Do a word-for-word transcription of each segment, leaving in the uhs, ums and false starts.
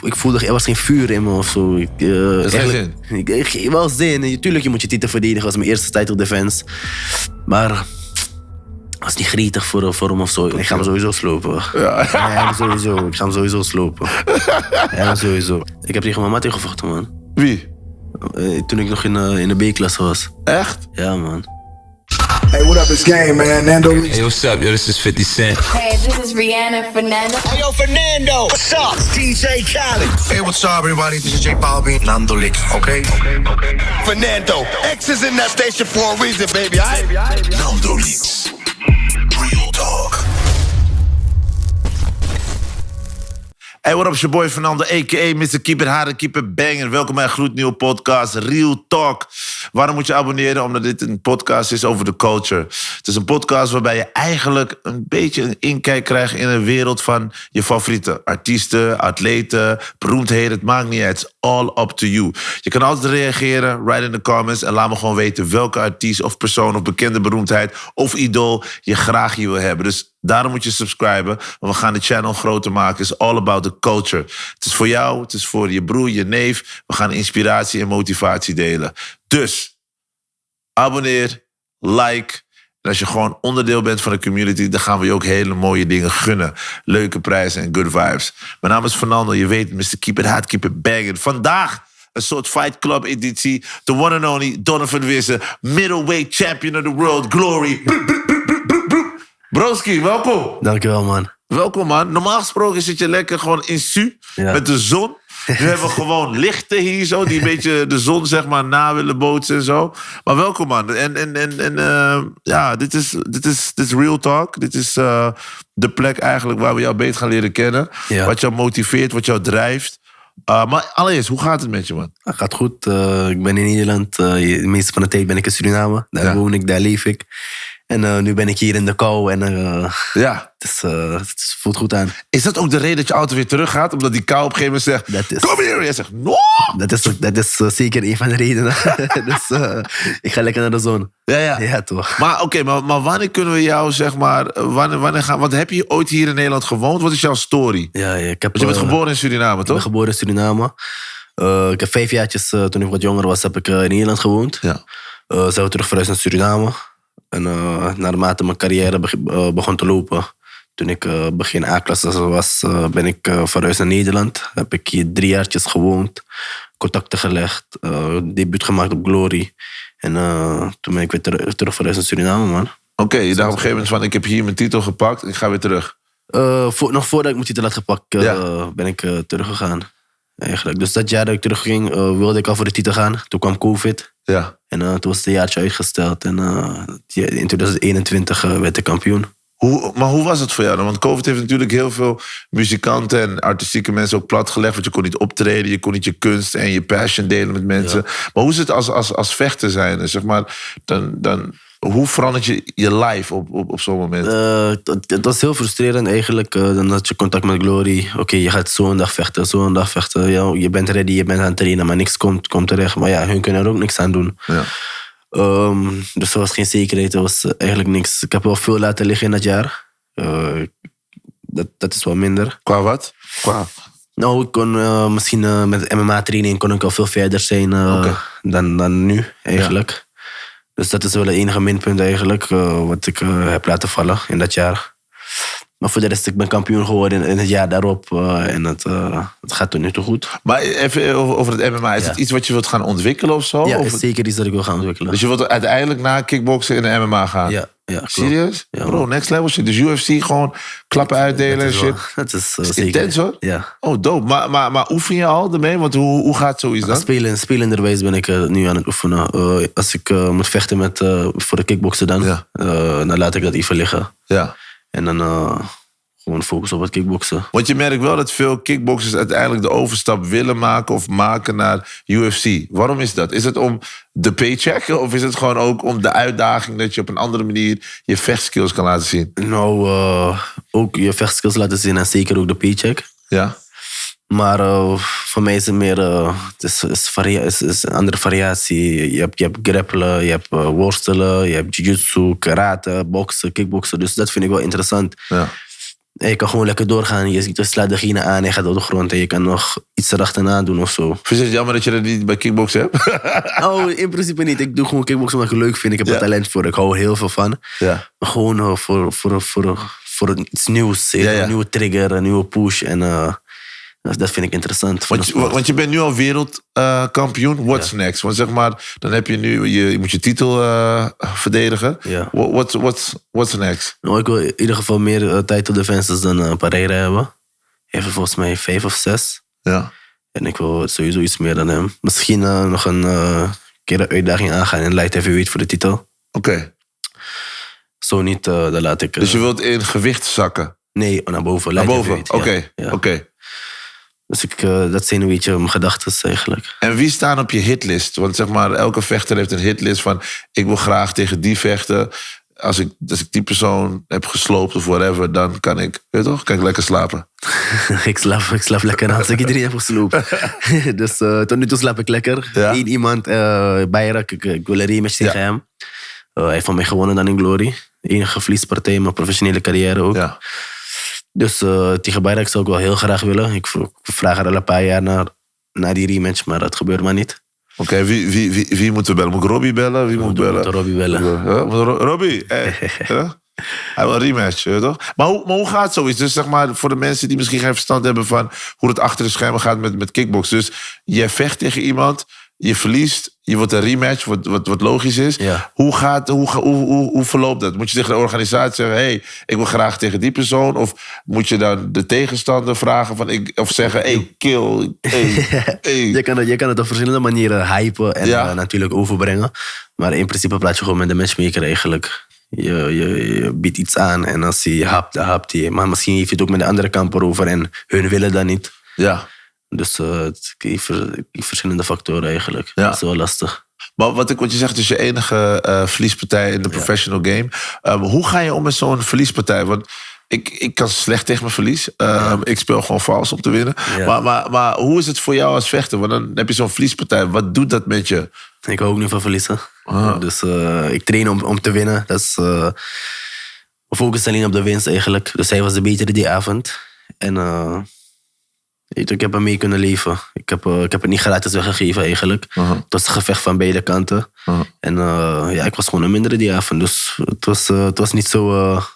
ik voelde, er was geen vuur in me of zo. Ik, uh, dat is geen zin? Ik, ik, ik, wel zin. Natuurlijk, je moet je titel verdedigen. Dat was mijn eerste title defense. Maar ik was niet gretig voor, voor hem of zo. Ik ga hem sowieso slopen. Ja. Ja, hem sowieso. Ik ga hem sowieso slopen. Ja, sowieso. Ik heb tegen mijn maat gevochten, man. Wie? Uh, toen ik nog in, uh, in de B-klasse was. Echt? Ja, man. Hey, what up, it's Game, man. Nando. Hey, what's up? Yo, this is fifty Cent. Hey, this is Rihanna Fernando. Hey, yo, Fernando. What's up? It's D J Khaled. Hey, what's up, everybody? This is J Balvin. Nando Licks, okay? Okay, okay. Fernando. X is in that station for a reason, baby, all right? Nando Licks. Real talk. Hey, what up, is your boy Fernando, a k a. mister Keep It Hard and Keep It Banger. Welkom bij een gloednieuwe podcast, Real Talk. Waarom moet je abonneren? Omdat dit een podcast is over de culture. Het is een podcast waarbij je eigenlijk een beetje een inkijk krijgt in een wereld van je favoriete artiesten, atleten, beroemdheden. Het maakt niet uit. It's all up to you. Je kan altijd reageren, write in de comments en laat me gewoon weten welke artiest of persoon of bekende beroemdheid of idool je graag hier wil hebben. Dus daarom moet je subscriben, want we gaan de channel groter maken. It's all about the culture. Het is voor jou, het is voor je broer, je neef. We gaan inspiratie en motivatie delen. Dus, abonneer, like. En als je gewoon onderdeel bent van de community, dan gaan we je ook hele mooie dingen gunnen. Leuke prijzen en good vibes. Mijn naam is Fernando, je weet, mister Keep It Hard, Keep It Banging. Vandaag een soort Fight Club editie. The one and only Donovan Wisse, middleweight champion of the world, Glory. Broski, welkom. Dankjewel, man. Welkom, man. Normaal gesproken zit je lekker gewoon in Su, ja, met de zon. Nu hebben we gewoon lichten hier zo, die een beetje de zon zeg maar na willen bootsen en zo. Maar welkom, man. En, en, en, en uh, ja, dit is, dit, is, dit is Real Talk. Dit is uh, de plek eigenlijk waar we jou beter gaan leren kennen. Ja. Wat jou motiveert, wat jou drijft. Uh, maar allereerst, hoe gaat het met je, man? Het gaat goed. Uh, ik ben in Nederland. Uh, de meeste van de tijd ben ik in Suriname. Daar ja. woon ik, daar leef ik. En uh, nu ben ik hier in de kou en uh, ja. het, is, uh, het voelt goed aan. Is dat ook de reden dat je altijd weer terug gaat? Omdat die kou op een gegeven moment zegt, is, kom hier! En jij zegt, no! Dat is, dat is uh, zeker een van de redenen. Dus uh, ik ga lekker naar de zon. Ja, ja. Ja, toch. Maar oké, okay, maar, maar wanneer kunnen we jou, zeg maar, wanneer, wanneer gaan... Want heb je ooit hier in Nederland gewoond? Wat is jouw story? Ja, ja ik heb... Want je bent uh, geboren in Suriname, toch? Ik ben geboren in Suriname. Uh, ik heb vijf jaartjes, uh, toen ik wat jonger was, heb ik uh, in Nederland gewoond. Ja. Uh, zijn we terug verhuisd naar Suriname. En uh, naarmate mijn carrière begon te lopen, toen ik uh, begin A-klasse was, uh, ben ik uh, verhuisd naar Nederland. Heb ik hier drie jaartjes gewoond, contacten gelegd, uh, debuut gemaakt op Glory. En uh, toen ben ik weer ter- terug verhuisd naar Suriname, man. Oké, okay, je dacht op een gegeven moment van, ik heb hier mijn titel gepakt, ik ga weer terug. Uh, voor, nog voordat ik mijn titel had gepakt, uh, ja. ben ik uh, teruggegaan. Eigenlijk. Dus dat jaar dat ik terugging, uh, wilde ik al voor de titel gaan. Toen kwam COVID. Ja. En uh, toen was het een jaartje uitgesteld. En uh, in twintig eenentwintig uh, werd ik kampioen. Hoe, maar hoe was het voor jou dan? Want COVID heeft natuurlijk heel veel muzikanten en artistieke mensen ook platgelegd. Want je kon niet optreden, je kon niet je kunst en je passion delen met mensen. Ja. Maar hoe is het als, als, als vechter zijn? Zeg maar, dan, dan, hoe verandert je je life op, op, op zo'n moment? Uh, dat, dat was heel frustrerend eigenlijk. Uh, dan had je contact met Glory. Oké, okay, je gaat zo'n dag vechten, zo'n dag vechten. Ja, je bent ready, je bent aan het trainen, maar niks komt, komt terecht. Maar ja, hun kunnen er ook niks aan doen. Ja. Um, dus er was geen zekerheid, er was eigenlijk niks. Ik heb wel veel laten liggen in dat jaar. Uh, dat, dat is wel minder. Qua wat? Qua... Nou, ik kon uh, misschien uh, met M M A-training kon ik al veel verder zijn uh, okay. dan, dan nu eigenlijk. Ja. Dus dat is wel het enige minpunt eigenlijk, uh, wat ik uh, heb laten vallen in dat jaar. Maar voor de rest, ik ben kampioen geworden in, in het jaar daarop. Uh, en het, uh, het gaat tot nu toe goed. Maar even over, over het M M A. Is ja. het iets wat je wilt gaan ontwikkelen of zo? Ja, of is zeker iets dat ik wil gaan ontwikkelen. Dus je wilt uiteindelijk na kickboksen in de M M A gaan? Ja. Ja, serieus? Ja, bro, next level shit. Dus U F C gewoon klappen uitdelen en shit. Dat is, uh, is intens hoor. Ja. Oh, dope. Maar, maar, maar oefen je al ermee? Want hoe, hoe gaat zoiets dan? Spelen, spelenderwijs ben ik uh, nu aan het oefenen. Uh, als ik uh, moet vechten met, uh, voor de kickboksen dan, ja. uh, dan laat ik dat even liggen. Ja. En dan uh, gewoon focus op het kickboksen. Want je merkt wel dat veel kickboxers uiteindelijk de overstap willen maken of maken naar U F C. Waarom is dat? Is het om de paycheck of is het gewoon ook om de uitdaging dat je op een andere manier je vechtskills kan laten zien? Nou, uh, ook je vechtskills laten zien en zeker ook de paycheck. Ja. Maar uh, voor mij is het meer uh, het is, is, varia- is, is een andere variatie. Je hebt, je hebt grappelen, je hebt uh, worstelen, je hebt jiu-jitsu, karate, boksen, kickboksen. Dus dat vind ik wel interessant. Ja. En je kan gewoon lekker doorgaan. Je, je slaat degene aan en je gaat op de grond. En je kan nog iets erachterna doen of zo. Vind je het jammer dat je dat niet bij kickboksen hebt? Oh, in principe niet. Ik doe gewoon kickboksen omdat ik het leuk vind. Ik heb er Ja. talent voor. Ik hou heel veel van. Ja. Maar gewoon uh, voor, voor, voor, voor iets nieuws. Ja, ja. Een nieuwe trigger, een nieuwe push. En uh, dat dat vind ik interessant. van Want de je, sport. want je bent nu al wereldkampioen. What's Ja. next? Want zeg maar, dan heb je nu, je, je moet je titel uh, verdedigen. Ja. What, what's, what's, what's next? Nou, ik wil in ieder geval meer uh, title defenses dan uh, Pereira hebben. Hij heeft er volgens mij vijf of zes. Ja. En ik wil sowieso iets meer dan hem. Misschien uh, nog een uh, keer een uitdaging aangaan in light heavyweight voor de titel. Oké. Okay. Zo niet, uh, dan laat ik... Uh, Dus je wilt in gewicht zakken? Nee, naar boven. Naar light boven? Oké. heavyweight, Okay. ja. Ja. Okay. Dus ik, uh, dat zijn een beetje mijn gedachten eigenlijk. En wie staan op je hitlist? Want zeg maar, elke vechter heeft een hitlist van... ik wil graag tegen die vechten. Als ik, als ik die persoon heb gesloopt of whatever... dan kan ik, weet je toch, kan ik lekker slapen. ik, slaap, ik slaap lekker als ik iedereen heb gesloopt. dus uh, tot nu toe slaap ik lekker. Ja? Eén iemand, uh, Bayrak, ik, ik wil een rematch tegen Ja. hem. Uh, hij heeft van mij gewonnen dan in Glory. De enige verliespartij in mijn professionele carrière ook. Ja. Dus uh, tegen Bayrak zou ik wel heel graag willen. Ik, v- ik vraag er al een paar jaar naar, naar die rematch, maar dat gebeurt maar niet. Oké, okay, wie, wie, wie, wie moeten we bellen? Moet ik Robbie bellen? Wie moet ik Moet bellen? Robbie bellen. Ja, moet Ro- Robbie, hey. Ja? Hij wil een rematch, weet je toch? Maar hoe, maar hoe gaat zoiets? Dus zeg maar, voor de mensen die misschien geen verstand hebben van hoe het achter de schermen gaat met, met kickbox. Dus je vecht tegen iemand, je verliest, je wordt een rematch, wat, wat, wat logisch is. Ja. Hoe, gaat, hoe, hoe, hoe, hoe verloopt dat? Moet je tegen de organisatie zeggen, hé, hey, ik wil graag tegen die persoon? Of moet je dan de tegenstander vragen van, ik, of zeggen, hé, hey, kill, hey, hey. Je kan het, je kan het op verschillende manieren hypen en Ja. uh, natuurlijk overbrengen. Maar in principe praat je gewoon met de matchmaker eigenlijk. Je, je, je biedt iets aan en als hij hapt, dan hapt hij. Maar misschien heeft hij het ook met de andere kamper over en hun willen dat niet. Ja. Dus uh, het heeft ver- verschillende factoren eigenlijk. Ja. Dat is wel lastig. Maar wat, ik, wat je zegt, het is je enige uh, verliespartij in de professional game. Um, hoe ga je om met zo'n verliespartij? Want ik, ik kan slecht tegen mijn verlies. Um, ja. Ik speel gewoon vals om te winnen. Ja. Maar, maar, maar hoe is het voor jou als vechter? Want dan heb je zo'n verliespartij. Wat doet dat met je? Ik hou ook niet van verliezen. Ah. Dus uh, ik train om, om te winnen. Dat is uh, focus alleen op de winst eigenlijk. Dus hij was de betere die avond. En uh, weet je, ik heb hem mee kunnen leven. Ik heb, uh, ik heb het niet gratis weggegeven eigenlijk. Uh-huh. Het was een gevecht van beide kanten. Uh-huh. En uh, ja, ik was gewoon een mindere die avond. Dus het was, uh, het was niet zo, uh,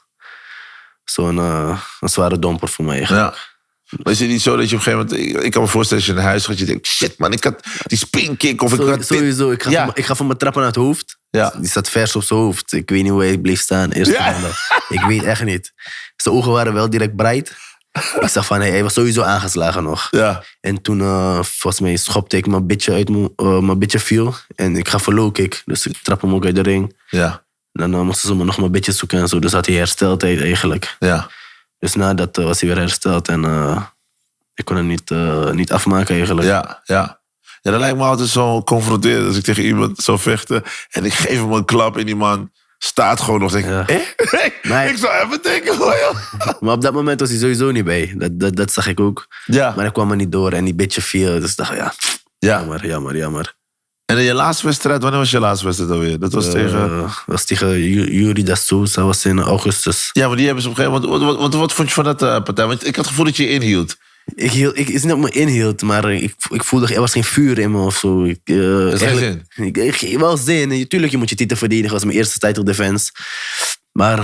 zo'n uh, een zware domper voor mij eigenlijk. Ja. Maar is het niet zo dat je op een gegeven moment... Ik, ik kan me voorstellen als je naar huis gaat, je denkt... Shit man, ik had die spinkick of ik Zo- had dit. Sowieso, ik ga, Ja. van, ik ga van mijn trappen naar het hoofd. Ja. Die staat vers op zijn hoofd. Ik weet niet hoe hij bleef staan. Eerste Ja. ronde. Ik weet echt niet. Zijn ogen waren wel direct bright. Ik zag van, hey, hij was sowieso aangeslagen nog. Ja. En toen, uh, volgens mij, schopte ik mijn bitje uit mijn, uh, mijn bitje viel. En ik ga voor low kick. Dus ik trap hem ook uit de ring. Ja. En dan uh, moesten ze me nog mijn bitje zoeken en zo. Dus had hij hersteltijd eigenlijk. Ja. Dus nadat uh, was hij weer hersteld. En uh, ik kon hem niet, uh, niet afmaken eigenlijk. Ja, ja. Ja, dat lijkt me altijd zo confronterend als ik tegen iemand zou vechten en ik geef hem een klap en die man staat gewoon nog. Denk, Ja. eh? Nee. Ik zou even denken, hoor joh. Maar op dat moment was hij sowieso niet bij. Dat, dat, dat zag ik ook. Ja. Maar ik kwam er niet door en die bitje viel. Dus ik dacht, ja, Ja. jammer, jammer, jammer. En in je laatste wedstrijd, wanneer was je laatste wedstrijd alweer? Dat was tegen... Uh, was tegen Ju- Yuri da Souza, was in augustus. Ja, maar die hebben ze op een gegeven moment... Wat, wat, wat, wat vond je van dat uh, partij? Want ik had het gevoel dat je je inhield. Ik, hield, ik is niet op me inhield, maar ik, ik voelde, er was geen vuur in me of zo. Ik, uh, Dat is geen eigenlijk- Ik, ik, ik wel zin. En tuurlijk, je moet je titel verdedigen. Dat was mijn eerste title defense. Maar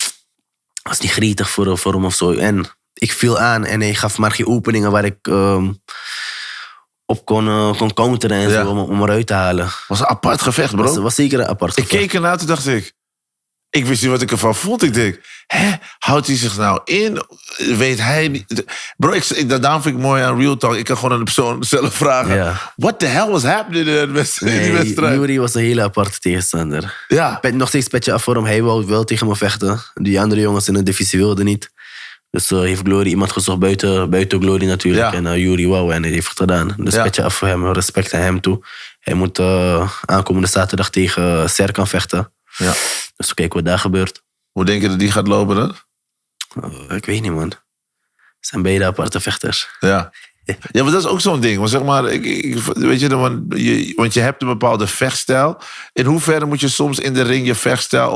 ik was niet gretig voor, voor hem of zo. En ik viel aan en hij gaf maar geen openingen waar ik um, op kon, uh, kon counteren en Ja. zo, om, om eruit te halen. Het was een apart gevecht, bro. Het was, was zeker een apart Ik gevecht. keek ernaar, toen dacht ik... Ik wist niet wat ik ervan vond. Ik denk, hè, houdt hij zich nou in? Weet hij niet? Bro, ik, ik, daarom vind ik mooi aan Real Talk. Ik kan gewoon aan de persoon zelf vragen. Ja. What the hell was happening in, de wedstrijd- in die Nee, wedstrijd? Yuri was een hele aparte tegenstander. Ja. Pet, nog steeds petje af voor hem. Hij wou wel tegen me vechten. Die andere jongens in de divisie wilden niet. Dus uh, heeft Glory iemand gezocht buiten, buiten Glory natuurlijk. Ja. En uh, Yuri wou en hij heeft het gedaan. Dus Ja. petje af voor hem. Respect aan hem toe. Hij moet uh, aankomende zaterdag tegen Serkan vechten. Ja. Dus we kijken wat daar gebeurt. Hoe denk je dat die gaat lopen dan? Uh, ik weet niet, man. Het zijn beide aparte vechters. Ja. Ja, maar dat is ook zo'n ding. Want zeg maar, ik, ik, weet je, want je, want je hebt een bepaalde vechtstijl. In hoeverre moet je soms in de ring je vechtstijl op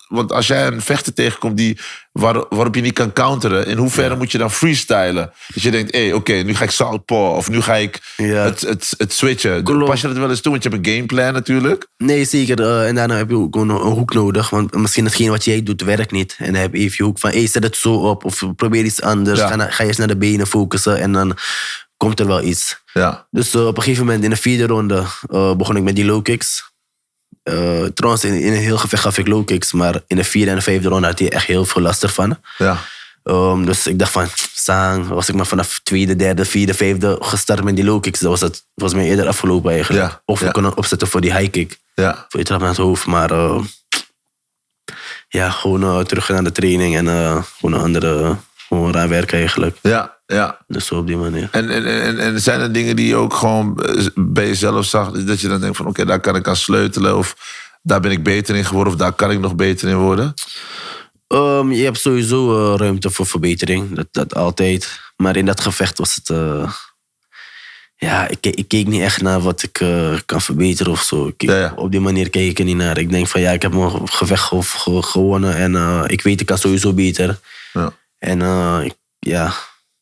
want als jij een vechter tegenkomt die, waar, waarop je niet kan counteren... in hoeverre ja. moet je dan freestylen? Dat je denkt, hé, hey, oké, okay, nu ga ik southpaw of nu ga ik ja. het, het, het switchen. Klopt. Pas je dat wel eens toe, want je hebt een gameplan natuurlijk. Nee, zeker. Uh, en daarna heb je ook gewoon een hoek nodig. Want misschien hetgeen wat jij doet werkt niet. En dan heb je even je hoek van, hé, hey, zet het zo op. Of probeer iets anders. Ja. Ga, na, ga eens naar de benen focussen en dan komt er wel iets. Ja. Dus uh, op een gegeven moment in de vierde ronde uh, begon ik met die low kicks. Uh, trouwens, in, in een heel gevecht gaf ik low kicks, maar in de vierde en de vijfde ronde had hij echt heel veel last ervan. Ja. Um, dus ik dacht van, Sang, was ik maar vanaf tweede, derde, vierde, vijfde gestart met die low kicks. Dat was, het, was mij eerder afgelopen eigenlijk. Ja. Of we ja. kunnen opzetten voor die high kick. Ja. Voor je trap naar het hoofd. Maar uh, ja, gewoon uh, terug naar de training en uh, gewoon een andere, gewoon eraan werken eigenlijk. Ja. Ja. Dus zo op die manier. En, en, en, en zijn er dingen die je ook gewoon bij jezelf zag... dat je dan denkt van oké, okay, daar kan ik aan sleutelen... of daar ben ik beter in geworden... of daar kan ik nog beter in worden? Um, je hebt sowieso uh, ruimte voor verbetering. Dat, dat altijd. Maar in dat gevecht was het... Uh, ja, ik, ik keek niet echt naar wat ik uh, kan verbeteren of zo. Ik, ja, ja. Op die manier keek ik er niet naar. Ik denk van ja, ik heb mijn gevecht ge- ge- gewonnen... en uh, ik weet, ik kan sowieso beter. Ja. En uh, ik, ja...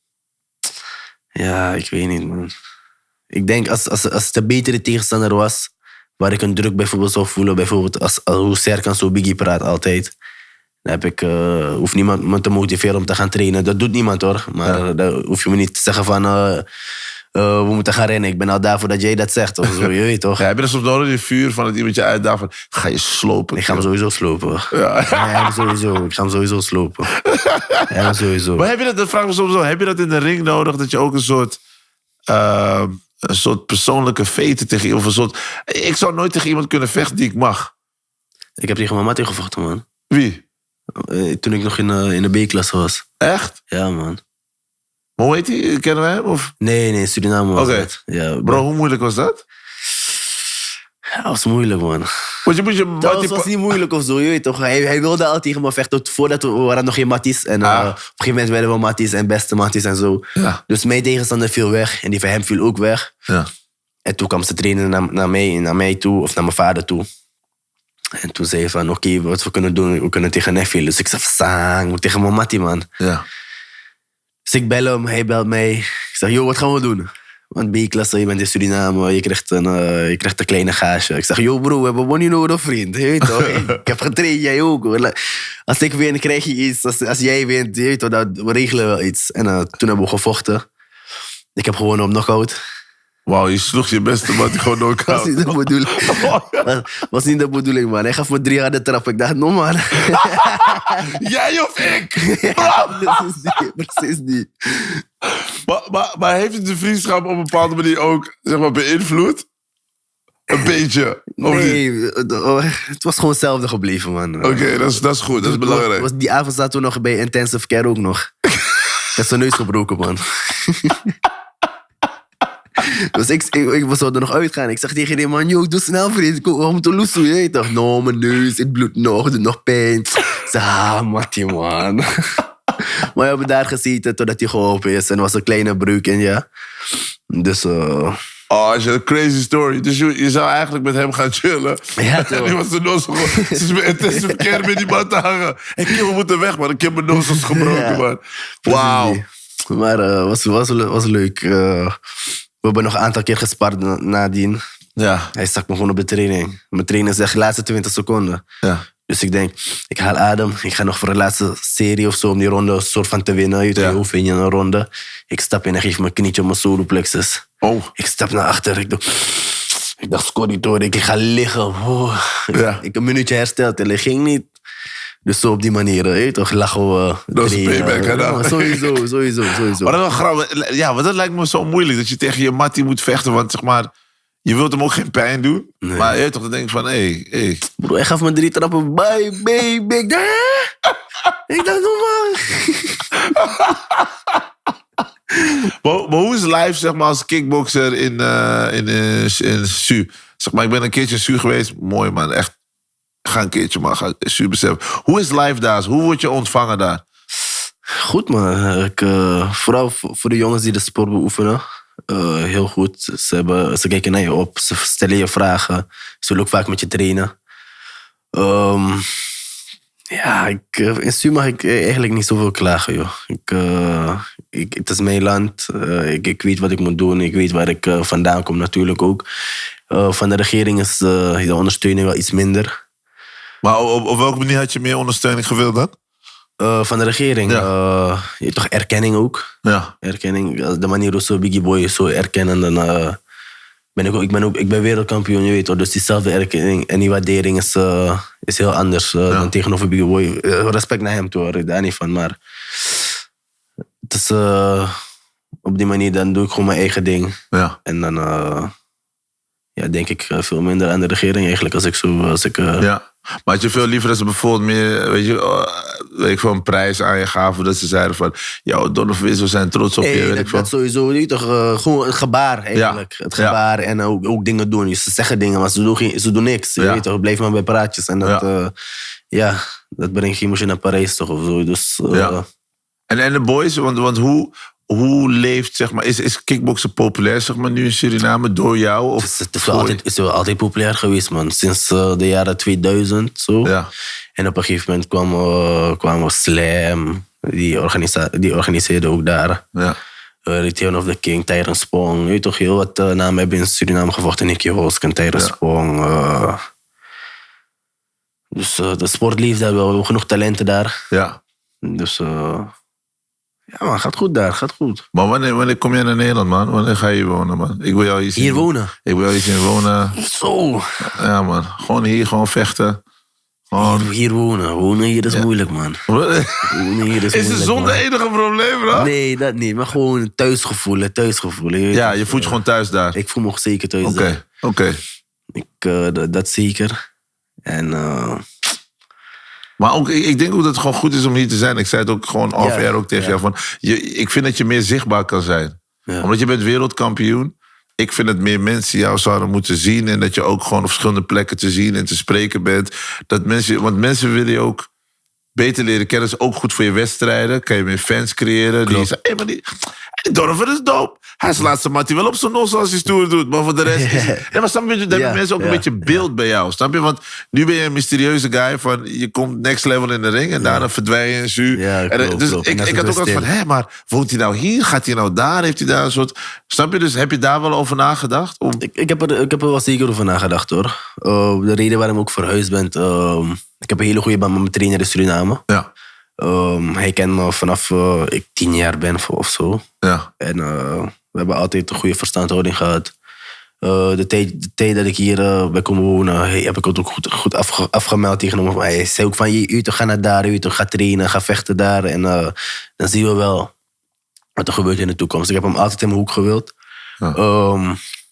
Ja, ik weet niet, man. Ik denk, als, als, als het een betere tegenstander was... waar ik een druk bijvoorbeeld zou voelen... bijvoorbeeld als, als hoe Serkan zo Biggie praat altijd... dan heb ik, uh, hoef niemand me te motiveren om te gaan trainen. Dat doet niemand, hoor. Maar ja. dan hoef je me niet te zeggen van... Uh, uh, we moeten gaan rennen. Ik ben al daarvoor dat jij dat zegt. Of zo, je weet toch? Ja, heb je er soms nodig in vuur van het iemand je uitdaagt van... ga je slopen? Ik ga hem sowieso slopen. Ja. Ja, sowieso. Ik ga hem sowieso slopen. Ja, sowieso. Maar heb je dat, dat vraag ik me soms zo, heb je dat in de ring nodig? Dat je ook een soort... Uh, een soort persoonlijke veten tegen of een soort... Ik zou nooit tegen iemand kunnen vechten die ik mag. Ik heb tegen mijn mattie gevochten, man. Wie? Uh, toen ik nog in, uh, in de B-klasse was. Echt? Ja, man. Maar hoe heet hij? Kennen we hem? Of? Nee, nee, Suriname was okay. het. Ja, bro, hoe moeilijk was dat? Ja, dat was moeilijk, man. Want je moet je dat was niet moeilijk of zo, je weet toch. Hij, hij wilde altijd tegen me vechten, voordat we, we waren nog geen matties. En uh, ah. op een gegeven moment werden we matties en beste matties en zo. Ja. Dus mijn tegenstander viel weg en die van hem viel ook weg. Ja. En toen kwam ze trainen naar, naar, mij, naar mij toe, of naar mijn vader toe. En toen zei hij van, oké, okay, wat we kunnen doen, we kunnen tegen Neffel. Dus ik zei, Sang, ik moet tegen mijn mattie, man. Ja. Dus ik bel hem, hij belt mij. Ik zeg, joh, wat gaan we doen? Want B-klasse, je bent in Suriname, je krijgt een, uh, je krijgt een kleine gage. Ik zeg, joh bro, we hebben money nodig, vriend. Je weet toch? Ik heb getraind, jij ook. Hoor. Als ik win, krijg je iets. Als, als jij wint, je weet toch, dan, we regelen wel iets. En uh, toen hebben we gevochten. Ik heb gewonnen op knockout. Wauw, je sloeg je beste man gewoon knockout. Was niet de bedoeling. was, was niet de bedoeling, man. Hij gaf me drie harde trap. Ik dacht, no man. Jij of ik? Ja, precies niet. Precies niet. Maar, maar, maar heeft het de vriendschap op een bepaalde manier ook zeg maar, beïnvloed? Een beetje? Nee, het was gewoon hetzelfde gebleven, man. Oké, okay, dat, is, dat is goed, dat is belangrijk. Was, die avond zaten we nog bij intensive care ook nog. Ik heb zijn neus gebroken, man. Dus ik, ik, ik was er nog uitgaan. Ik zeg tegen die man, joh, doe snel vriend. Ik kom te loesoe, je weet toch? No, mijn neus, het bloedt nog, het doet nog pijn. Ik zeg, ah, Mattie, man. Maar we hebben daar gezeten totdat hij geholpen is. En er was een kleine breuk in, ja. Dus... Uh... Oh, is een crazy story. Dus je, je zou eigenlijk met hem gaan chillen. Ja, toch. En die was de nos gewoon... Het is verkeerd met die man te hangen. Ik hey, we moeten weg, man. Ik heb mijn nos gebroken, ja, man. Wauw. Maar het uh, was, was, was leuk. Uh, we hebben nog een aantal keer gespart na, nadien. Ja. Hij stak me gewoon op de training. Mijn trainer zegt de laatste twintig seconden. Ja. Dus ik denk, ik haal adem. Ik ga nog voor de laatste serie of zo om die ronde soort van te winnen. Je ja. Hoe vind je een ronde? Ik stap in en geef mijn knietje op mijn soloplexus. Oh. Ik stap naar achter. Ik, doe, ik dacht, scorritoor, ik ga liggen. Oh. Ja. Ik een minuutje hersteld en dat ging niet. Dus zo op die manier, hè, toch lachen we. Dat is een payback, hè? Ja, sowieso, sowieso, sowieso. Maar dat is wel grappig. Ja, want dat lijkt me zo moeilijk. Dat je tegen je mattie moet vechten. Want zeg maar, je wilt hem ook geen pijn doen. Nee. Maar je weet toch, dan denk ik van, hé, hey, hé. Hey. Bro, hij gaf me drie trappen. Bye, baby. Ik dacht, ik dacht, no man. maar, maar hoe is live, zeg maar, als kickboxer in, uh, in, uh, in Su? Zeg maar, ik ben een keertje in Su geweest. Mooi, man. Echt. Ga een keertje, man. Ga Su beseffen. Hoe is live daar? Hoe word je ontvangen daar? Goed, man. Ik, uh, vooral voor de jongens die de sport beoefenen. Uh, heel goed. Ze, hebben, ze kijken naar je op. Ze stellen je vragen. Ze willen ook vaak met je trainen. Um, Ja, ik, in Su mag ik eigenlijk niet zoveel klagen, joh. Ik, uh, ik, het is mijn land. Uh, ik, ik weet wat ik moet doen. Ik weet waar ik uh, vandaan kom natuurlijk ook. Uh, van de regering is uh, de ondersteuning wel iets minder. Maar op, op welke manier had je meer ondersteuning gewild dan? Uh, van de regering? Ja. Uh, je hebt toch erkenning ook? Ja. Erkenning. De manier hoe zo Biggie Boy zo erkennen, dan... Uh, ben ik, ook, ik, ben ook, ik ben wereldkampioen, je weet toch. Dus diezelfde erkenning en die waardering is, uh, is heel anders uh, ja. dan tegenover Biggie Boy. Uh, respect naar hem toe, hoor. Ik daar niet van. Maar het is, uh, op die manier dan doe ik gewoon mijn eigen ding. Ja. En dan uh, ja, denk ik veel minder aan de regering eigenlijk als ik zo... Als ik, uh, ja. Maar had je veel liever dat ze bijvoorbeeld meer, weet je, uh, weet ik veel, een prijs aan je gaven, dat ze zeiden van, ja, Donovan, we zijn trots op je. Hey, weet dat, ik veel. dat sowieso niet, toch? Uh, gewoon het gebaar eigenlijk. Ja. Het gebaar ja. en ook, ook dingen doen. Ze zeggen dingen, maar ze doen, geen, ze doen niks. Je ja. weet toch? Blijf maar bij praatjes. En dat, ja. Uh, ja, dat brengt je emotie naar Parijs toch of zo. Dus, uh, ja. en, en de boys, want, want hoe... Hoe leeft, zeg maar, is, is kickboksen populair, zeg maar, nu in Suriname door jou? Of het is, het is, wel altijd, is wel altijd populair geweest, man. Sinds uh, de jaren tweeduizend, zo. Ja. En op een gegeven moment kwam, uh, kwam Slam. Die, organisa- die organiseerde ook daar. Ja. Uh, Return of the King, Tyrone Spong. Je weet toch, heel wat uh, namen hebben in Suriname gevochten. Nicky Holsk en Tyrone ja. Spong. Uh, dus uh, de sportliefde hebben we hebben genoeg talenten daar. Ja. Dus... Uh, Ja, man, gaat goed daar, gaat goed. Maar wanneer, wanneer kom jij naar Nederland, man? Wanneer ga je hier wonen, man? Ik wil jou hier zien. Hier wonen? Ik wil jou hier zien wonen. Zo. Ja, man. Gewoon hier, gewoon vechten. Gewoon... Hier, hier wonen. Wonen hier is ja. moeilijk, man. Wonen hier is, is de zon de enige probleem, bro? Nee, dat niet. Maar gewoon thuisgevoel, thuisgevoel. Je ja, je voelt je gewoon thuis daar? Ik voel me zeker thuis okay. daar. Oké, oké. Okay. Uh, dat, dat zeker. En... Uh... Maar ook, ik denk ook dat het gewoon goed is om hier te zijn. Ik zei het ook gewoon off-air ja, ook tegen ja. jou. Van, je, ik vind dat je meer zichtbaar kan zijn. Ja. Omdat je bent wereldkampioen. Ik vind dat meer mensen jou zouden moeten zien. En dat je ook gewoon op verschillende plekken te zien en te spreken bent. Dat mensen, want mensen willen je ook beter leren kennen. Dat is ook goed voor je wedstrijden. Kan je meer fans creëren. Klopt. Die zeggen, hé, hey, maar die, die Donovan is dope. Hij is laatste mat die wel op zijn nos als hij stoer doet. Maar voor de rest is... Ja, maar snap je, dan hebben mensen ook ja, een beetje beeld ja. bij jou. Snap je? Want nu ben je een mysterieuze guy van... Je komt next level in de ring en ja. daarna verdwijn je in Su. Ja, klopt, dus klopt. ik, ik had ook altijd van... Hé, maar woont hij nou hier? Gaat hij nou daar? Heeft hij daar een soort... Snap je? Dus heb je daar wel over nagedacht? Om... Ik, ik, heb er, ik heb er wel zeker over nagedacht, hoor. Uh, de reden waarom ik ook verhuisd ben... Uh, ik heb een hele goede band met mijn trainer in Suriname. Ja. Um, hij kent me vanaf uh, ik tien jaar ben of zo. Ja. En uh, we hebben altijd een goede verstandhouding gehad. Uh, de, tijd, de tijd dat ik hier uh, ben komen wonen, hey, heb ik het ook goed, goed afge, afgemeld tegen hem. Hij zei ook van, je gaat naar daar, je ga trainen, ga vechten daar. En uh, dan zien we wel wat er gebeurt in de toekomst. Ik heb hem altijd in mijn hoek gewild. Ja. Um,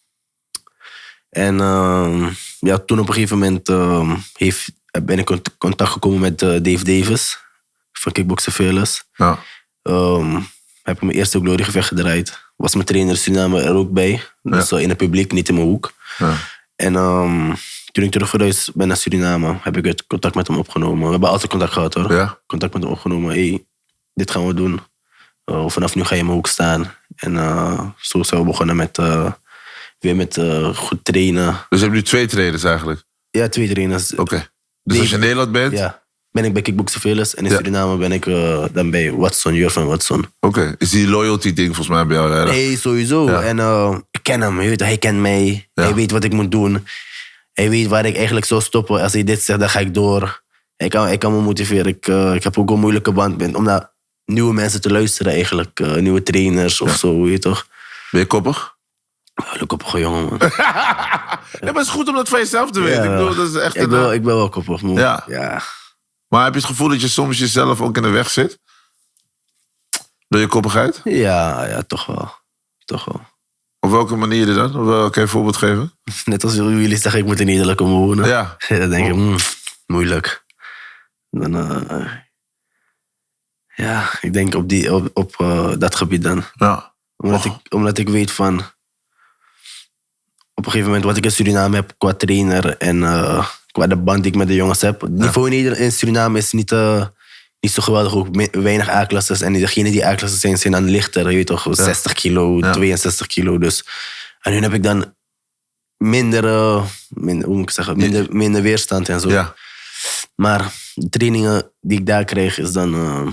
en uh, ja, toen op een gegeven moment uh, heeft, ben ik in contact gekomen met uh, Dave Davis van Kickboxen Fearless. Ja. Um, heb ik mijn eerste gloriegevecht gedraaid. Was mijn trainer Suriname er ook bij. Dus ja. in het publiek, niet in mijn hoek. Ja. En um, toen ik terug verhuisd ben naar Suriname, heb ik het contact met hem opgenomen. We hebben altijd contact gehad, hoor. Ja. Contact met hem opgenomen. Hey, dit gaan we doen. Uh, vanaf nu ga je in mijn hoek staan. En uh, zo zijn we begonnen met uh, weer met uh, goed trainen. Dus je hebt nu twee trainers eigenlijk? Ja, twee trainers. Oké. Okay. Dus die, als je in Nederland bent? Ja. Ben ik bij Kickboxen Fearless. En in ja. Suriname ben ik uh, dan bij Watson, Jurvan Watson. Oké. Okay. Is die loyalty ding volgens mij bij jou? Hè? Nee, sowieso. Ja. En uh, ik ken hem. Je weet, hij kent mij. Ja. Hij weet wat ik moet doen. Hij weet waar ik eigenlijk zou stoppen. Als hij dit zegt, dan ga ik door. Hij kan, hij kan me motiveren. Ik, uh, ik heb ook een moeilijke band met, om naar nieuwe mensen te luisteren eigenlijk. Uh, nieuwe trainers of ja. zo, weet je toch. Ben je koppig? Een koppige jongen, man. Nee, maar het is goed om dat van jezelf te weten. Ja. Ik bedoel, dat is echt ik, ben, ik ben wel koppig, man. Ja. ja. Maar heb je het gevoel dat je soms jezelf ook in de weg zit? Door je koppigheid? Ja, ja, toch wel. Toch wel. Op welke manier dan? Of wel, kan je een voorbeeld geven? Net als jullie zeggen, ik moet in Nederland komen wonen. Ja. Dan denk ik, mm, moeilijk. Dan, uh, ja, ik denk op, die, op, op uh, dat gebied dan. Ja. Omdat, ik, omdat ik weet van... Op een gegeven moment wat ik in Suriname heb qua trainer en uh, qua de band die ik met de jongens heb. Het niveau ja. in Suriname is niet, uh, niet zo geweldig. Ook weinig A-klasses. En degenen die A-klasses zijn, zijn dan lichter. Je weet toch, ja. zestig kilo, ja. tweeënzestig kilo. Dus. En nu heb ik dan minder, uh, minder, hoe moet ik zeggen, minder, minder weerstand en zo. Ja. Maar de trainingen die ik daar kreeg, is dan... Uh,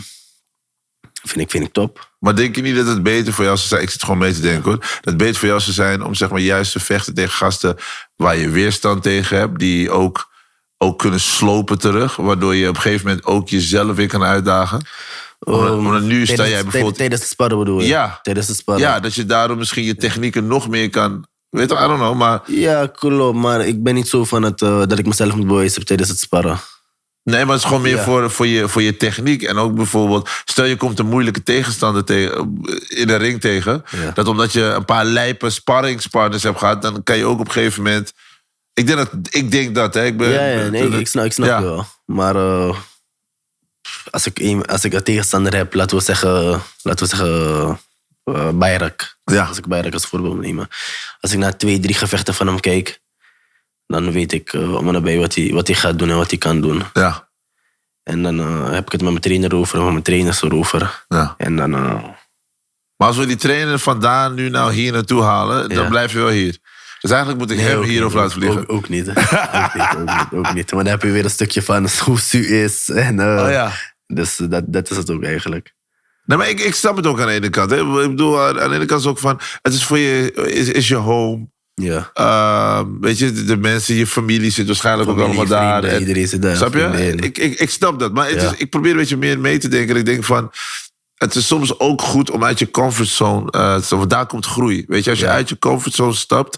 vind, ik, vind ik top. Maar denk je niet dat het beter voor jou zou zijn... Ik zit gewoon mee te denken, hoor. Dat het beter voor jou zou zijn om zeg maar, juist te vechten tegen gasten... waar je weerstand tegen hebt, die ook... ook kunnen slopen terug, waardoor je op een gegeven moment ook jezelf weer kan uitdagen. Omdat, Um, omdat nu sta tijdens, jij bijvoorbeeld... Tijdens de sparren bedoel je? Ja. Tijdens de sparren. Ja, dat je daardoor misschien je technieken nog meer kan... Weet je, I don't know, maar... Ja, klopt. Maar ik ben niet zo van het, uh, dat ik mezelf moet bewijzen tijdens het sparren. Nee, maar het is gewoon meer Ja. voor, voor, je, voor je techniek. En ook bijvoorbeeld, stel je komt een moeilijke tegenstander tegen, in de ring tegen. Ja. Dat omdat je een paar lijpe sparringspartners hebt gehad, dan kan je ook op een gegeven moment... Ik denk dat, ik denk dat hè. Ik ben, Ja, ja, nee, ik snap, ik snap Ja. je wel. Maar uh, als, ik een, als ik een tegenstander heb, laten we zeggen, laten we zeggen uh, Bayrak. Ja. Als ik Bayrak als voorbeeld neem. Als ik naar twee, drie gevechten van hem kijk, dan weet ik uh, om en nabij wat hij, wat hij gaat doen en wat hij kan doen. Ja, En dan uh, heb ik het met mijn trainer over en met mijn trainers erover. ja. En dan... Uh, Maar als we die trainer vandaan nu nou hier naartoe halen, dan Ja. blijf je wel hier. Dus eigenlijk moet ik nee, hem ook hierover niet, laten vliegen. Ook, ook niet. Ook niet, ook niet, ook niet. Maar dan heb je weer een stukje van hoe Su is. En, uh, Oh ja. Dus uh, dat, dat is het ook eigenlijk. Nee, maar ik, ik snap het ook aan de ene kant. Hè. Ik bedoel, aan aan de ene kant is ook van... Het is voor je... Is, is je home. Ja. Uh, weet je, de, de mensen, je familie zit waarschijnlijk ook Familie, allemaal daar. vrienden, En- iedereen zit daar, Snap je? vrienden. Ik, ik, ik snap dat. Maar het Ja. is, ik probeer een beetje meer mee te denken. Ik denk van... Het is soms ook goed om uit je comfortzone... Uh, te want daar komt groei. Weet je, als je Ja. uit je comfortzone stapt...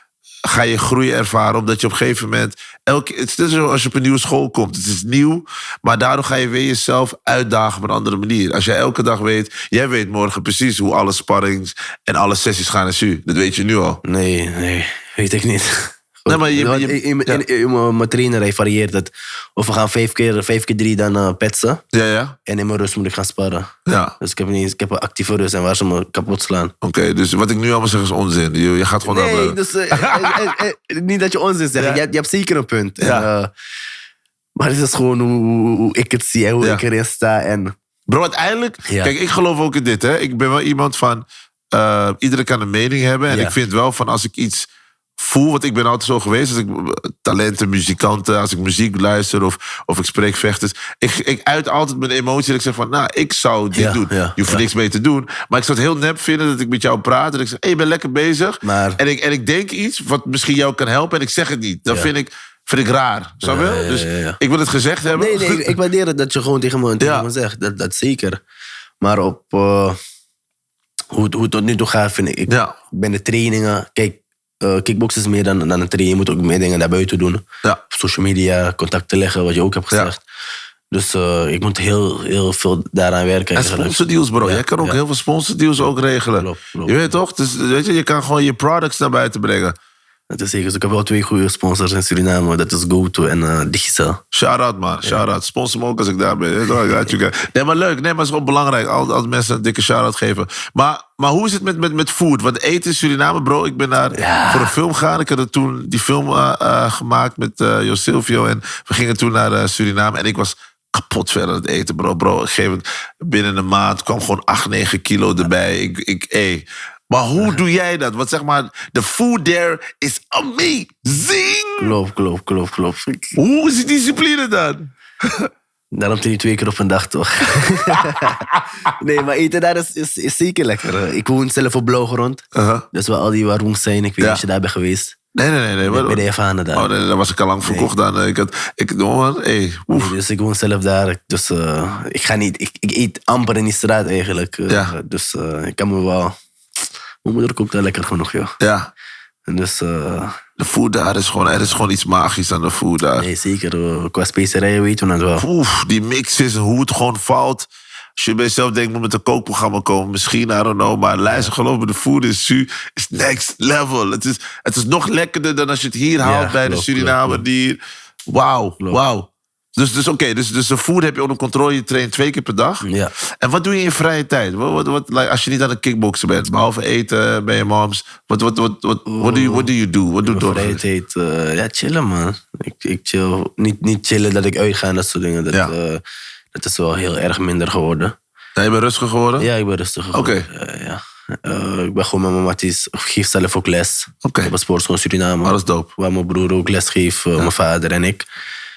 ga je groei ervaren. Omdat je op een gegeven moment... Elke, het is net zo als je op een nieuwe school komt. Het is nieuw, maar daardoor ga je weer jezelf uitdagen op een andere manier. Als jij elke dag weet... Jij weet morgen precies hoe alle sparrings en alle sessies gaan in S U. Dat weet je nu al. Nee, nee, weet ik niet. Nee, maar je- Want je- in, in, ja. in- in mijn- mijn trainer hij varieert het. Of we gaan vijf keer, vijf keer drie dan uh, petsen. Ja, ja? En in mijn rust moet ik gaan sparren. Ja. Dus ik heb, niet, ik heb een actieve rust en waar ze me kapot slaan. Oké, dus wat ik nu allemaal zeg is onzin. Je, je gaat gewoon naar... Nee, dus, uh, eh, eh, eh, niet dat je onzin zegt. Ja. Je, hebt- je hebt zeker een punt. En, Ja. uh, maar het is gewoon hoe, hoe, hoe ik het zie en hoe Ja. ik erin sta. En, Bro, uiteindelijk... Ja. Kijk, ik geloof ook in dit, hè. Ik ben wel iemand van... Uh, iedereen kan een mening hebben. En Ja. ik vind wel van als ik iets voel... Want ik ben altijd zo geweest. Als ik talenten, muzikanten... Als ik muziek luister of, of ik spreek vechters... Ik, ik uit altijd mijn emotie. En ik zeg van, nou, ik zou dit Ja, doen. ja, je hoeft er ja. niks mee te doen. Maar ik zou het heel nep vinden dat ik met jou praat. En ik zeg, hé, hey, je bent lekker bezig. Maar- En, ik, en ik denk iets wat misschien jou kan helpen. En ik zeg het niet. Dan Ja. vind ik... Vind ik raar, snap je? Ja, ja, Dus ja, ja. ik wil het gezegd hebben. nee, nee, ik, ik waardeer het dat je gewoon tegen me, tegen Ja. me zegt. Dat, dat zeker. Maar op uh, hoe, het- hoe het tot nu toe gaat, vind ik... ik Ja. ben de trainingen... Kijk, uh, kickboksen is meer dan, dan een training. Je moet ook meer dingen daarbuiten doen. Ja. Op social media, contacten leggen, wat je ook hebt Ja. gezegd. Dus uh, ik moet heel, heel veel daaraan werken. En eigenlijk. sponsordeals, bro. Ja, Jij kan ook ja. heel veel sponsordeals ook regelen. Klopt, klopt. Je weet toch? Dus, weet je, je kan gewoon je products naar buiten brengen. Dat is zeker. Dus ik heb wel twee goede sponsors in Suriname. Dat is GoTo en uh, Digicel. Shout-out, man. Shout-out. Sponsor me ook als ik daar ben. Weet je toch? I got you guys. Nee, maar leuk. Nee, maar het is gewoon belangrijk. Als, als mensen een dikke shout-out geven. Maar, maar hoe is het met, met, met food? Want eten in Suriname, bro. Ik ben daar Ja. voor een film gegaan. Ik had er toen die film uh, uh, gemaakt met uh, Jos Silvio. En we gingen toen naar uh, Suriname. En ik was kapot verder aan het eten, bro. Bro, op een gegeven moment, binnen een maand kwam gewoon acht, negen kilo erbij. Ik, ik, hey. Maar hoe doe jij dat? Want zeg maar, the food there is amazing. Klopt, klopt, klopt, klopt. Hoe is die discipline dan? Daarom doe je twee keer op een dag, toch? Nee, maar eten daar is, is, is zeker lekker. Ik woon zelf op Blauwgrond. Uh-huh. Dus waar al die warungs zijn. Ik weet niet Ja. of je daar bent geweest. Nee, nee, nee. nee. Ik ben de ervaren daar. Oh, nee, daar was ik al lang verkocht aan. Ik had, ik, oh man, hey, oef. Dus ik woon zelf daar. Dus uh, ik ga niet... Ik, ik eet amper in die straat eigenlijk. Uh, Ja. Dus uh, ik kan me wel... Mijn moeder kookt daar lekker genoeg, joh. Ja, En dus... Uh, de food daar is gewoon, er is gewoon iets magisch aan de food daar. nee, zeker. Uh, qua specerijen weten we dat wel. Oef, die mix is hoe het gewoon valt. Als je bij jezelf denkt, moet met een kookprogramma komen. Misschien, I don't know. Maar luister, geloof me, de food in Su is next level. Het is, het is nog lekkerder dan als je het hier haalt bij de klopt, Suriname. klopt, Die, wauw, Klopt. wauw. Dus, dus oké, dus, dus de food heb je onder controle. Je traint twee keer per dag. Ja. En wat doe je in je vrije tijd? Wat, wat, wat, like, als je niet aan het kickboksen bent, behalve eten bij je moms. Wat what, what, what, what, do you, what do you do? Wat doe je? Vrije tijd, uh, ja, chillen, man. Ik, ik chill. Niet, niet chillen dat ik uitga en dat soort dingen. Dat, Ja. uh, dat is wel heel erg minder geworden. Ja, je bent rustig geworden? Ja, ik ben rustig geworden. Oké. Ja, ja. Uh, ik ben gewoon met mijn matties. Ik geef zelf ook les. Oké. Op een sportschool in Suriname. Oh, dat is dope. Waar mijn broer ook les geeft, uh, mijn vader en ik.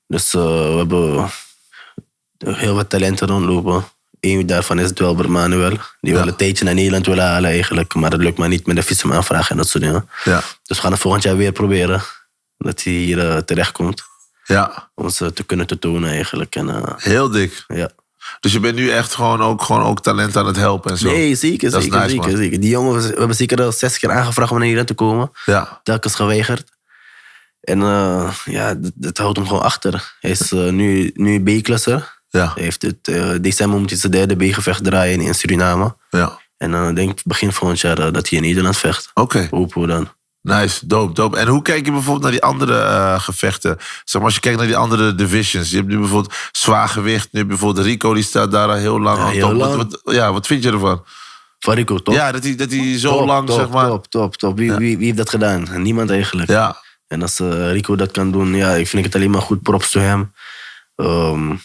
Dus uh, we hebben heel wat talenten rondlopen. Eén daarvan is Dwelbert Manuel. Die Ja. wil een tijdje naar Nederland willen halen eigenlijk. Maar dat lukt maar niet met de visum aanvragen en dat soort dingen. Ja. Dus we gaan het volgend jaar weer proberen. Dat hij hier uh, terechtkomt. Ja, Om ze te kunnen te tonen eigenlijk. En, uh, heel dik. ja. Dus je bent nu echt gewoon ook, gewoon ook talent aan het helpen en zo. Nee, zeker, Dat is zeker, nice, zeker, man. zeker. Die jongen, we hebben zeker al zes keer aangevraagd om naar Nederland te komen. Ja, Telkens geweigerd. En uh, ja, dat, dat houdt hem gewoon achter. Hij is uh, nu, nu B-klasser. ja, Hij heeft het, uh, december moet hij zijn derde B-gevecht draaien in Suriname. ja. En dan uh, denk ik begin volgend jaar uh, dat hij in Nederland vecht. Oké, Hopen we dan. nice, dope, dope. En hoe kijk je bijvoorbeeld naar die andere uh, gevechten? Zeg maar, als je kijkt naar die andere divisions. Je hebt nu bijvoorbeeld zwaargewicht. Nu heb je bijvoorbeeld Rico, die staat daar al heel lang Ja, aan heel top. Wat, lang. wat, ja, wat vind je ervan? Farico, top? Ja, dat hij, dat hij zo top, lang, top, zeg maar... Top, top, top. Wie, wie, wie heeft dat gedaan? Niemand eigenlijk. Ja, En als uh, Rico dat kan doen, ja, ik vind het alleen maar goed. Props to hem. Um,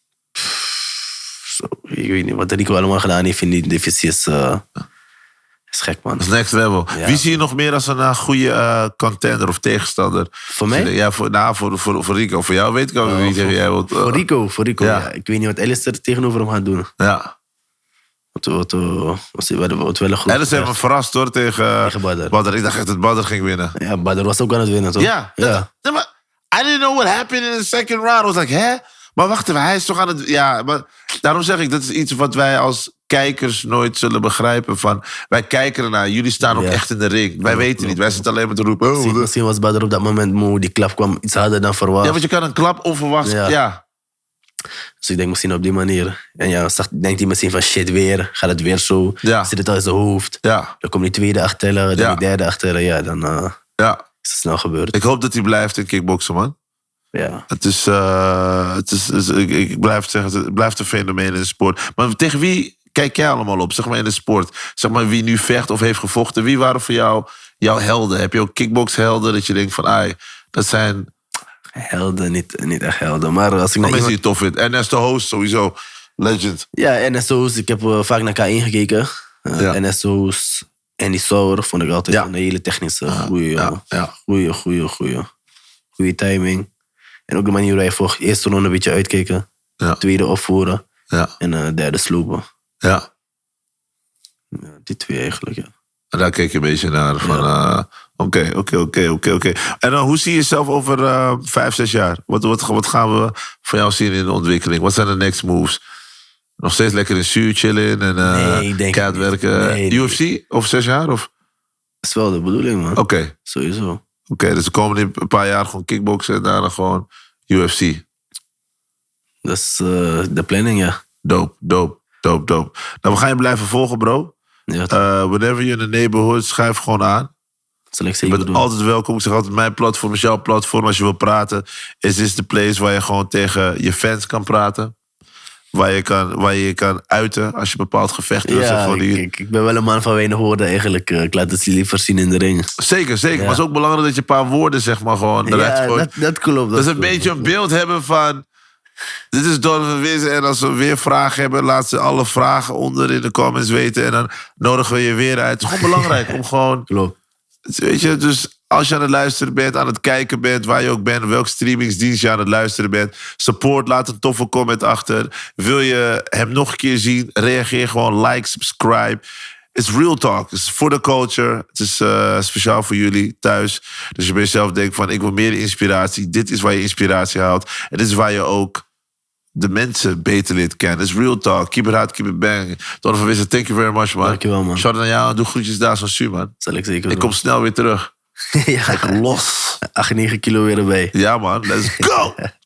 pff, zo, ik weet niet wat Rico allemaal gedaan heeft in die divisie. Is, uh, is gek, man. dat is next level. Ja. Wie zie je nog meer als een uh, goede uh, contender of tegenstander? Voor mij? Ja, voor, nou, voor, voor, voor Rico. Voor jou weet ik al wie Uh, tegen jij wilt. uh, Voor Rico, voor Rico. Ja. Ja. Ik weet niet wat Alistair tegenover hem gaat doen. Ja. Wat, wat, wat, wat, wat, wat wel een goed En dat hebben me gevecht. verrast hoor tegen, Tegen Badr. Badr. Ik dacht echt dat Badr ging winnen. Ja, Badr was ook aan het winnen, toch? Ja. ja. Dat, nee, maar I didn't know what happened in the second round. I was like, hè? Maar wacht even, hij is toch aan het... Ja, maar daarom zeg ik, dat is iets wat wij als kijkers nooit zullen begrijpen. Van, wij kijken ernaar, jullie staan ook Ja. echt in de ring. Wij weten niet, wij zitten alleen maar te roepen. Oh, Misschien, wat- misschien was Badr op dat moment moe. Die klap kwam iets harder dan verwacht. ja, want je kan een klap onverwachts... Ja. Ja. Dus ik denk misschien op die manier. En ja, zag, denkt hij misschien van shit weer. Gaat het weer zo? Ja. Zit het al in zijn hoofd? Ja, Dan komt die tweede achtellen, dan Ja. die derde achtellen. Ja, dan uh, ja. is het snel gebeurd. Ik hoop dat hij blijft in kickboksen, man. Ja. Het is, uh, het is, is- ik, ik blijf het zeggen, het blijft een fenomeen in de sport. Maar tegen wie kijk jij allemaal op, zeg maar in de sport? Zeg maar wie nu vecht of heeft gevochten. Wie waren voor jou jouw helden? Heb je ook kickboxhelden dat je denkt van, ai, dat zijn Helden, niet, niet echt helden. Maar als ik naar mensen die iemand... je tof vindt. Ernesto Hoos, sowieso. Legend. Ja, N S O's. Ik heb uh, vaak naar K één gekeken. Uh, Ja. N S O's. Andy Sauer vond ik altijd Ja. een hele technische, goede, ja, ja. goede, goede, goede, goede timing. En ook de manier hoe hij vocht. Eerste ronde een beetje uitkijken. Ja. Tweede opvoeren. Ja, En uh, derde slopen. ja. Ja, die twee eigenlijk, ja. En daar keek je een beetje naar. Van, uh, Oké, oké, oké, oké, oké. En dan, hoe zie je jezelf over uh, vijf, zes jaar? Wat, wat, wat gaan we van jou zien in de ontwikkeling? Wat zijn de next moves? Nog steeds lekker in zuur chillen en uh, Nee, ik denk keihard het niet. werken. Nee, U F C? Over zes jaar? Of? Dat is wel de bedoeling, man. Oké, Sowieso. oké. Dus de komende een paar jaar gewoon kickboksen en daarna gewoon U F C. Dat is uh, de planning, ja. Dope, dope, dope, dope. Nou, we gaan je blijven volgen, bro. Ja, dat Uh, whenever you're in the neighborhood, schuif gewoon aan. zal ik Je zeker bent doen. altijd welkom. Ik zeg altijd, mijn platform is jouw platform. Als je wil praten, is dit de place waar je gewoon tegen je fans kan praten. Waar je kan, waar je, je kan uiten als je bepaald gevecht wil. Zeg Ja, gewoon ik, hier. ik, ik ben wel een man van weinig woorden eigenlijk. Uh, ik laat het liever zien in de ring. Zeker, zeker. Ja. Maar het is ook belangrijk dat je een paar woorden zeg maar gewoon eruit Ja, gooit. dat, dat klopt. Dat is een klopt, beetje dat een beeld hebben van... Dit is Donovan Wisse en als we weer vragen hebben... laat ze alle vragen onder in de comments weten... en dan nodigen we je weer uit. Het is gewoon belangrijk om gewoon... klopt. Weet je, dus als je aan het luisteren bent, aan het kijken bent... waar je ook bent, welke streamingsdienst je aan het luisteren bent... support, laat een toffe comment achter. Wil je hem nog een keer zien? Reageer gewoon, like, subscribe. Het is real talk. Het is voor de culture. Het is uh, speciaal voor jullie thuis. Dus je bij jezelf denkt van, ik wil meer inspiratie. Dit is waar je inspiratie haalt. En dit is waar je ook de mensen beter leert kennen. Het is real talk. Keep it hard, keep it bang. Donovan Wisse, thank you very much, man. Dankjewel, man. Shout out naar jou. Doe groetjes daar zo'n Su, man. Zal ik zeker Ik kom doen. snel weer terug. ja, Los. acht, negen kilo weer erbij. Ja, man. Let's go.